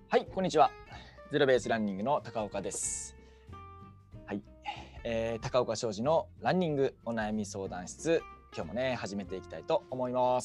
はい、こんにちは。ゼロベースランニングの高岡です。はい、高岡商事のランニングお悩み相談室、今日もね始めていきたいと思います。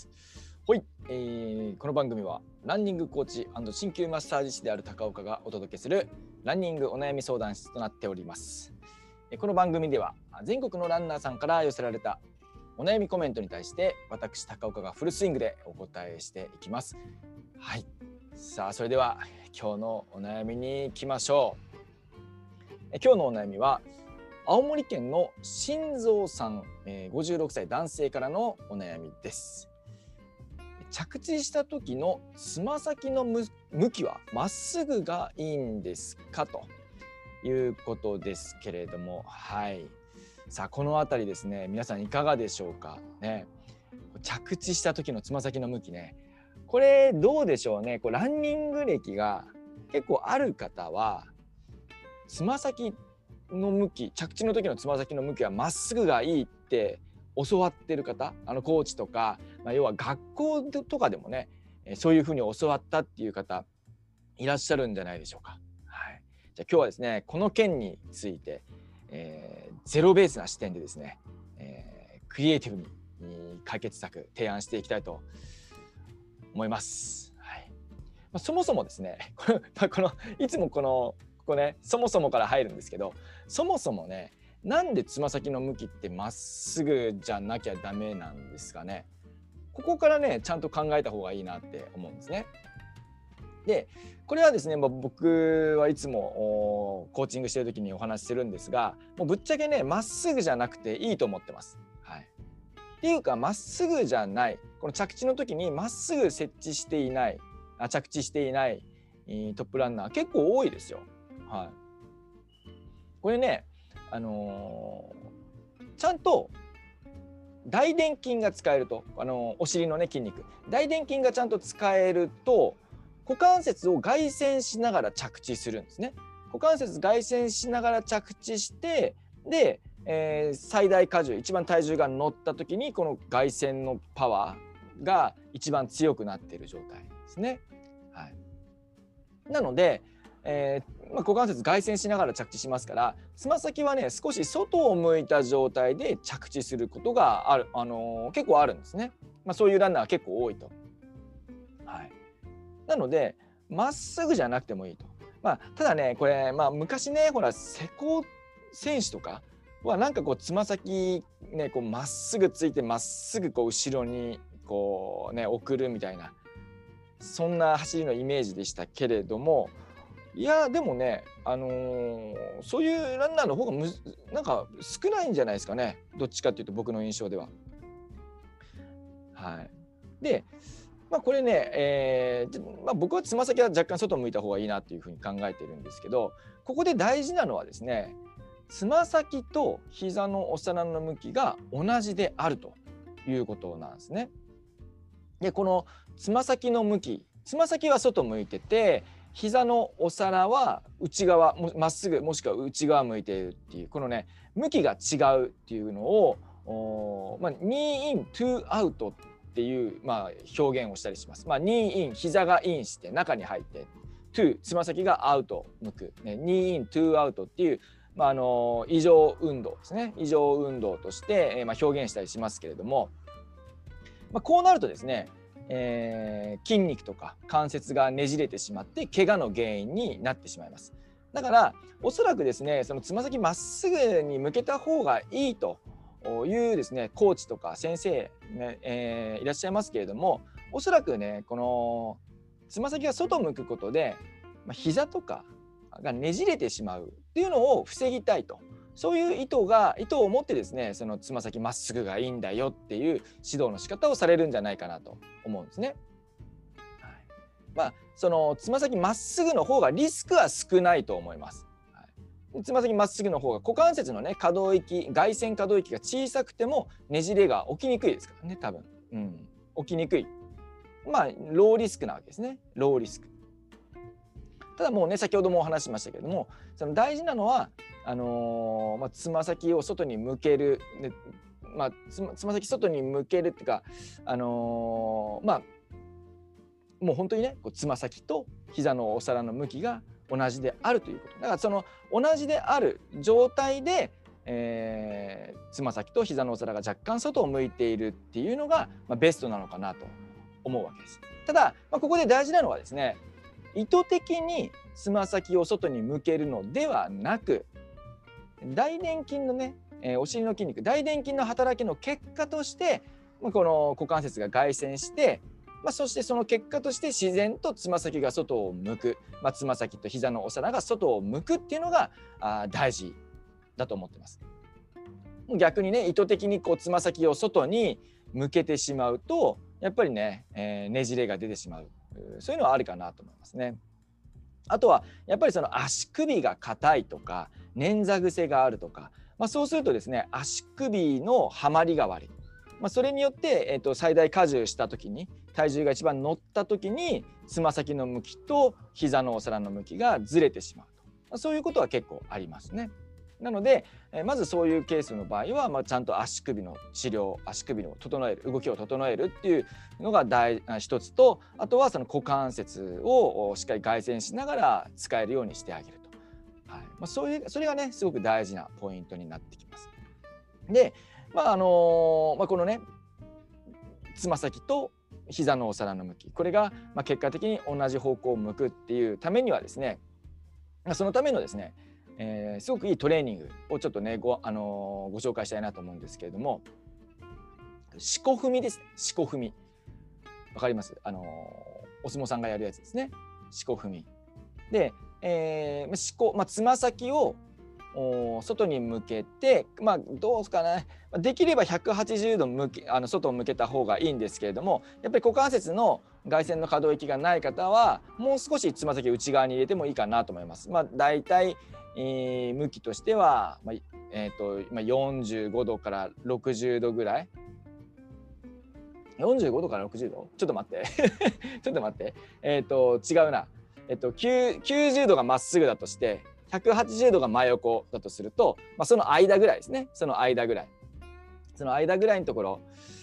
はい、この番組はランニングコーチ&鍼灸マッサージ師である高岡がお届けするランニングお悩み相談室となっております。この番組では全国のランナーさんから寄せられたお悩みコメントに対して私高岡がフルスイングでお答えしていきます。はい。さあそれでは今日のお悩みに行きましょう。今日のお悩みは青森県の心臓さん、56歳男性からのお悩みです。着地した時のつま先の向きはまっすぐがいいんですかということですけれども、はい。さあこのあたりですね、皆さんいかがでしょうかね。着地した時のつま先の向きね、これどうでしょうね。ランニング歴が結構ある方はつま先の向き、着地の時のつま先の向きはまっすぐがいいって教わってる方、コーチとか、要は学校とかでもね、そういうふうに教わったっていう方いらっしゃるんじゃないでしょうか。はい、じゃあ今日はですね、この件について、ゼロベースな視点でですね、クリエイティブに解決策提案していきたいと思います。はい。そもそもですね、いつもここね、そもそもから入るんですけど、そもそもね、なんでつま先の向きってまっすぐじゃなきゃダメなんですかね。ここからね、ちゃんと考えた方がいいなって思うんですね。で、これはですね、僕はいつもコーチングしてる時にお話しするんですが、もうぶっちゃけね、まっすぐじゃなくていいと思ってます。はい。っていうか、まっすぐじゃない、この着地の時にまっすぐ着地していないトップランナー結構多いですよ。はい。これね、ちゃんと大臀筋が使えると、お尻のね筋肉、大臀筋がちゃんと使えると股関節を外旋しながら着地するんですね。股関節外旋しながら着地して、で、最大荷重、一番体重が乗った時にこの外旋のパワーが一番強くなっている状態ですね。はい。なので、股関節外旋しながら着地しますから、つま先はね少し外を向いた状態で着地することがある、結構あるんですね。そういうランナーは結構多いと。はい。なのでまっすぐじゃなくてもいいと。ただねこれ、昔ねほら瀬古選手とかはなんかつま先ねまっすぐついてまっすぐ後ろに送るみたいな、そんな走りのイメージでしたけれども、いやでもね、そういうランナーの方がなんか少ないんじゃないですかね。どっちかっていうと僕の印象では。はい。で、これね、僕はつま先は若干外を向いた方がいいなっていうふうに考えているんですけど、ここで大事なのはですね、つま先と膝のお皿の向きが同じであるということなんですね。で、このつま先の向き、つま先は外向いてて、膝のお皿は内側、まっすぐもしくは内側向いているっていう、このね向きが違うっていうのをニーイントゥーアウトっていう、表現をしたりします。ニーイン、膝がインして中に入って、トゥー、つま先がアウト向く、ね、ニーイントゥーアウトっていう、異常運動ですね。異常運動として、表現したりしますけれども、こうなるとですね、筋肉とか関節がねじれてしまって怪我の原因になってしまいます。だからおそらくですね、そのつま先まっすぐに向けた方がいいというですねコーチとか先生、ねいらっしゃいますけれども、おそらくねこのつま先が外向くことで、膝とかがねじれてしまうっていうのを防ぎたいと。そういう意図を持ってですね、そのつま先まっすぐがいいんだよっていう指導の仕方をされるんじゃないかなと思うんですね。はい。そのつま先まっすぐの方がリスクは少ないと思います。はい、つま先まっすぐの方が股関節のね可動域、外旋可動域が小さくてもねじれが起きにくいですからね、多分。起きにくい。ローリスクなわけですね。ローリスク。ただもうね先ほどもお話ししましたけれども、その大事なのはつま先を外に向ける、ね、つま先外に向けるっていうか、 もう本当にねつま先と膝のお皿の向きが同じであるということ。だからその同じである状態で、つま先と膝のお皿が若干外を向いているっていうのが、ベストなのかなと思うわけです。ただ、ここで大事なのはですね、意図的につま先を外に向けるのではなく、大臀筋のね、お尻の筋肉、大臀筋の働きの結果としてこの股関節が外旋して、そしてその結果として自然とつま先が外を向く、つま先と膝のお皿が外を向くっていうのが大事だと思ってます。逆にね意図的につま先を外に向けてしまうとやっぱりね、ねじれが出てしまう、そういうのはあるかなと思いますね。あとはやっぱりその足首が硬いとか捻挫癖があるとか、そうするとですね足首のはまりが悪い、それによって、最大荷重した時に体重が一番乗った時につま先の向きと膝のお皿の向きがずれてしまうと、そういうことは結構ありますね。なのでまずそういうケースの場合は、ちゃんと足首の治療、足首を整える、動きを整えるっていうのが一つと、あとはその股関節をしっかり外旋しながら使えるようにしてあげると、それがねすごく大事なポイントになってきます。で、このねつま先と膝のお皿の向き、これが結果的に同じ方向を向くっていうためにはですね、そのためのですねすごくいいトレーニングをちょっとねご紹介したいなと思うんですけれども、四股踏みですね。四股踏みわかります？お相撲さんがやるやつですね。四股踏みで、つま先を外に向けて、どうですかね、できれば180度外を向けた方がいいんですけれども、やっぱり股関節の外旋の可動域がない方はもう少しつま先内側に入れてもいいかなと思います。だいたい向きとしては、45度から60度ぐらい。45度から60度ちょっと待ってちょっと待って違うな。90度がまっすぐだとして180度が真横だとすると、その間ぐらいですね。その間ぐらいのところ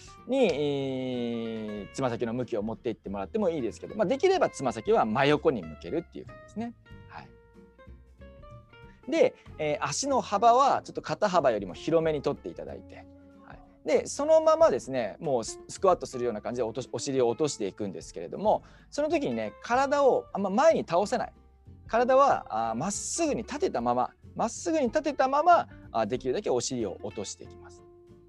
に、つま先の向きを持っていってもらってもいいですけど、できればつま先は真横に向けるっていう感じですね。で、足の幅はちょっと肩幅よりも広めに取っていただいて、でそのままですねもうスクワットするような感じでお尻を落としていくんですけれども、その時にね体をあんま前に倒せない、体はまっすぐに立てたままできるだけお尻を落としていきます。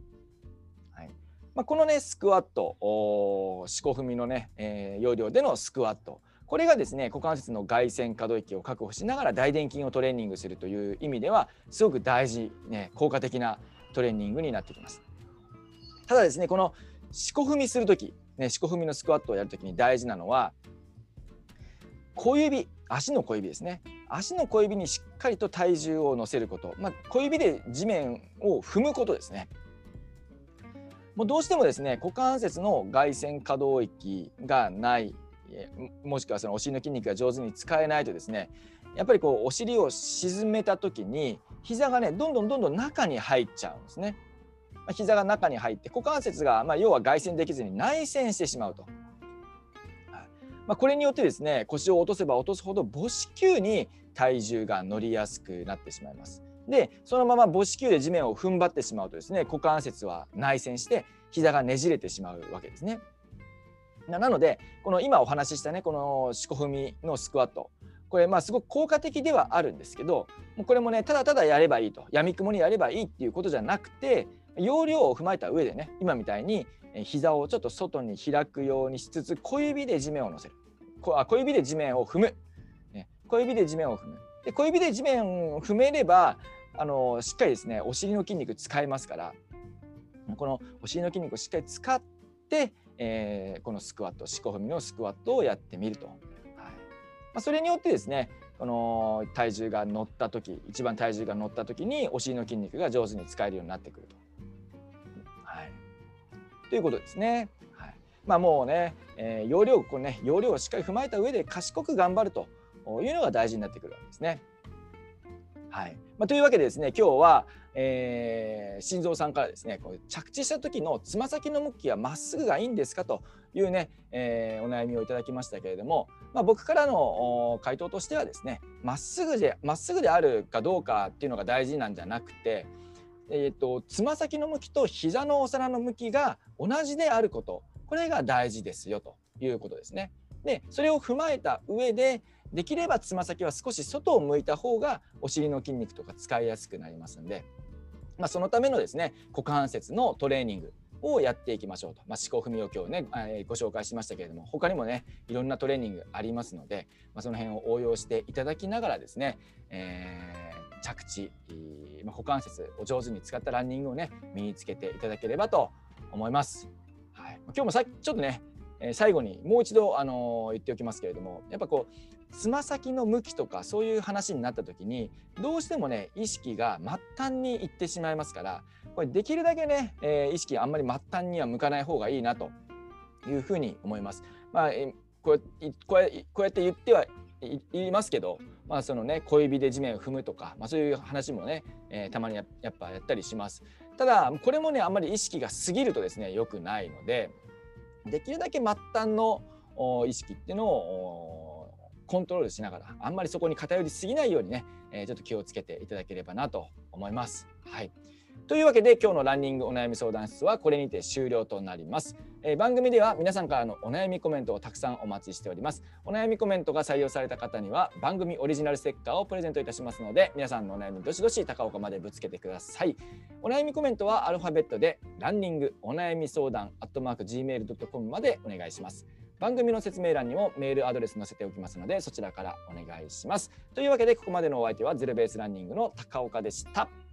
このねスクワット、四股踏みのね、要領でのスクワット、これがですね股関節の外旋可動域を確保しながら大臀筋をトレーニングするという意味ではすごく大事、効果的なトレーニングになってきます。ただですねこの四股踏みする時、四股踏みのスクワットをやる時に大事なのは小指、足の小指ですね。足の小指にしっかりと体重を乗せること、小指で地面を踏むことですね。もうどうしてもですね股関節の外旋可動域がない、もしくはそのお尻の筋肉が上手に使えないとですね、やっぱりお尻を沈めた時に膝がねどんどん中に入っちゃうんですね。膝が中に入って股関節が要は外旋できずに内旋してしまうと。これによってですね腰を落とせば落とすほど母子球に体重が乗りやすくなってしまいます。でそのまま母子球で地面を踏ん張ってしまうとですね股関節は内旋して膝がねじれてしまうわけですね。なのでこの今お話ししたねこの四股踏みのスクワット、これすごく効果的ではあるんですけど、これもねただただやればいいと、やみくもにやればいいっていうことじゃなくて、要領を踏まえた上でね今みたいに膝をちょっと外に開くようにしつつ小指で地面を乗せる、小指で地面を踏む、小指で地面を踏む。で小指で地面を踏めればしっかりですねお尻の筋肉使えますから、このお尻の筋肉をしっかり使って、このスクワット、四股踏みのスクワットをやってみると、それによってですねこの体重が乗った時、一番体重が乗った時にお尻の筋肉が上手に使えるようになってくると、ということですね。もうね、要領をしっかり踏まえた上で賢く頑張るというのが大事になってくるわけですね。 というわけでですね、今日は、心臓さんからですね、こう着地した時のつま先の向きはまっすぐがいいんですかというね、お悩みをいただきましたけれども、僕からの回答としてはですね、まっすぐであるかどうかっていうのが大事なんじゃなくて、つま先の向きと膝のお皿の向きが同じであること、これが大事ですよということですね。で、それを踏まえた上で、できればつま先は少し外を向いた方がお尻の筋肉とか使いやすくなりますので、そのためのですね、股関節のトレーニングをやっていきましょうと。四股踏みを今日ね、ご紹介しましたけれども、他にもね、いろんなトレーニングありますので、その辺を応用していただきながらですね、着地、股関節を上手に使ったランニングをね、身につけていただければと思います。はい、今日もちょっとね、最後にもう一度、言っておきますけれども、やっぱこうつま先の向きとかそういう話になった時にどうしてもね意識が末端にいってしまいますから、これできるだけね、意識あんまり末端には向かない方がいいなというふうに思います。こうやって言ってはいますけど、そのね小指で地面を踏むとか、そういう話もね、たまにやっぱやったりします。ただこれもねあんまり意識が過ぎるとですね良くないので、できるだけ末端の意識っていうのをコントロールしながら、あんまりそこに偏りすぎないようにね、ちょっと気をつけていただければなと思います。はい。というわけで今日のランニングお悩み相談室はこれにて終了となります。番組では皆さんからのお悩みコメントをたくさんお待ちしております。お悩みコメントが採用された方には番組オリジナルステッカーをプレゼントいたしますので、皆さんのお悩みどしどし高岡までぶつけてください。お悩みコメントはアルファベットでランニングお悩み相談@gmail.com までお願いします。番組の説明欄にもメールアドレス載せておきますので、そちらからお願いします。というわけでここまでのお相手はゼロベースランニングの高岡でした。